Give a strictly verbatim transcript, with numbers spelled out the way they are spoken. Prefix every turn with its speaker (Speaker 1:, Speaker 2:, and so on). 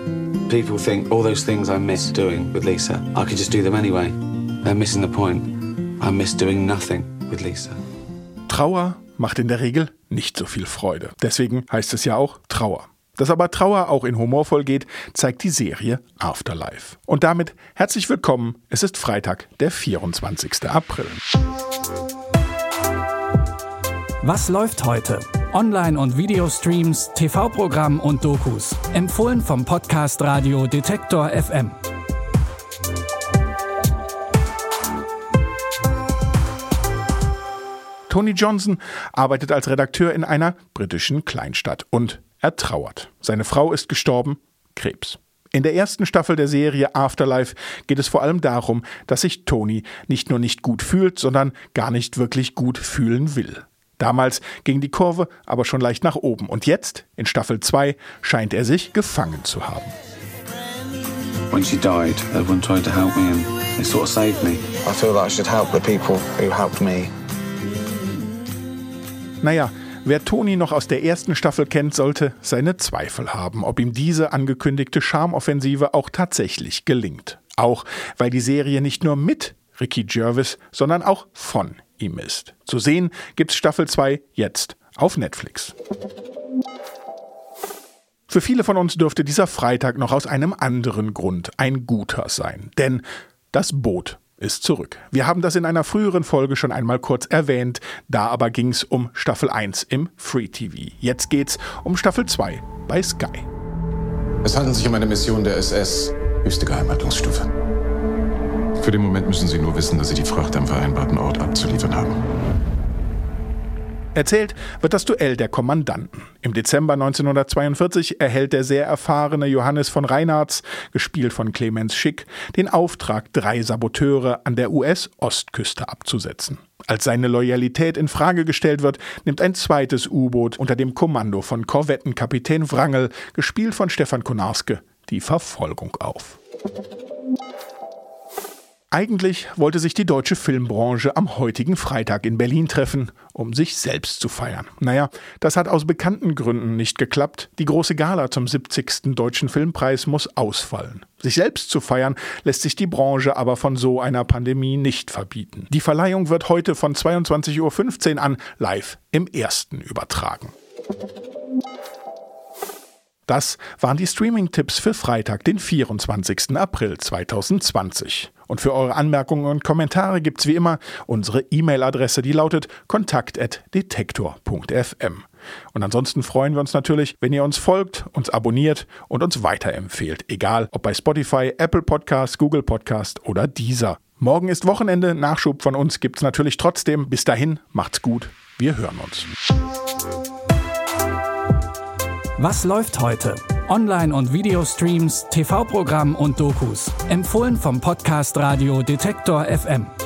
Speaker 1: People think all those things I miss doing with Lisa, I could just do them anyway. They're missing the point. I miss doing nothing with Lisa.
Speaker 2: Trauer macht in der Regel nicht so viel Freude. Deswegen heißt es ja auch Trauer. Dass aber Trauer auch in humorvoll geht, zeigt die Serie Afterlife. Und damit herzlich willkommen. Es ist Freitag, der vierundzwanzigster April.
Speaker 3: Was läuft heute? Online- und Videostreams, T V-Programm und Dokus. Empfohlen vom Podcast Radio Detektor F M.
Speaker 2: Tony Johnson arbeitet als Redakteur in einer britischen Kleinstadt und er trauert. Seine Frau ist gestorben, Krebs. In der ersten Staffel der Serie Afterlife geht es vor allem darum, dass sich Tony nicht nur nicht gut fühlt, sondern gar nicht wirklich gut fühlen will. Damals ging die Kurve aber schon leicht nach oben und jetzt, in Staffel zwei, scheint er sich gefangen zu haben.
Speaker 1: When she died, everyone tried to help me and it sort of saved me.
Speaker 4: I feel like I should help the people who helped me.
Speaker 2: Naja, wer Tony noch aus der ersten Staffel kennt, sollte seine Zweifel haben, ob ihm diese angekündigte Charmoffensive auch tatsächlich gelingt. Auch weil die Serie nicht nur mit Ricky Gervais, sondern auch von ihm ist. Zu sehen gibt's Staffel zwei jetzt auf Netflix. Für viele von uns dürfte dieser Freitag noch aus einem anderen Grund ein guter sein. Denn das Boot ist zurück. Wir haben das in einer früheren Folge schon einmal kurz erwähnt, da aber ging's um Staffel eins im Free T V. Jetzt geht's um Staffel zwei bei Sky.
Speaker 5: Es handelt sich um eine Mission der S S, höchste Geheimhaltungsstufe. Für den Moment müssen Sie nur wissen, dass Sie die Fracht am vereinbarten Ort abzuliefern haben.
Speaker 2: Erzählt wird das Duell der Kommandanten. Im Dezember neunzehnhundertzweiundvierzig erhält der sehr erfahrene Johannes von Reinhartz, gespielt von Clemens Schick, den Auftrag, drei Saboteure an der U S-Ostküste abzusetzen. Als seine Loyalität in Frage gestellt wird, nimmt ein zweites U-Boot unter dem Kommando von Korvettenkapitän Wrangel, gespielt von Stefan Konarske, die Verfolgung auf. Eigentlich wollte sich die deutsche Filmbranche am heutigen Freitag in Berlin treffen, um sich selbst zu feiern. Naja, das hat aus bekannten Gründen nicht geklappt. Die große Gala zum siebzigsten Deutschen Filmpreis muss ausfallen. Sich selbst zu feiern lässt sich die Branche aber von so einer Pandemie nicht verbieten. Die Verleihung wird heute von zweiundzwanzig Uhr fünfzehn an live im Ersten übertragen. Das waren die Streaming-Tipps für Freitag, den vierundzwanzigsten April zweitausendzwanzig. Und für eure Anmerkungen und Kommentare gibt's wie immer unsere E-Mail-Adresse, die lautet kontakt at detektor punkt f m. Und ansonsten freuen wir uns natürlich, wenn ihr uns folgt, uns abonniert und uns weiterempfehlt. Egal, ob bei Spotify, Apple Podcast, Google Podcast oder Deezer. Morgen ist Wochenende, Nachschub von uns gibt's natürlich trotzdem. Bis dahin, macht's gut, wir hören uns.
Speaker 3: Was läuft heute? Online- und Videostreams, T V-Programm und Dokus. Empfohlen vom Podcast Radio Detektor F M.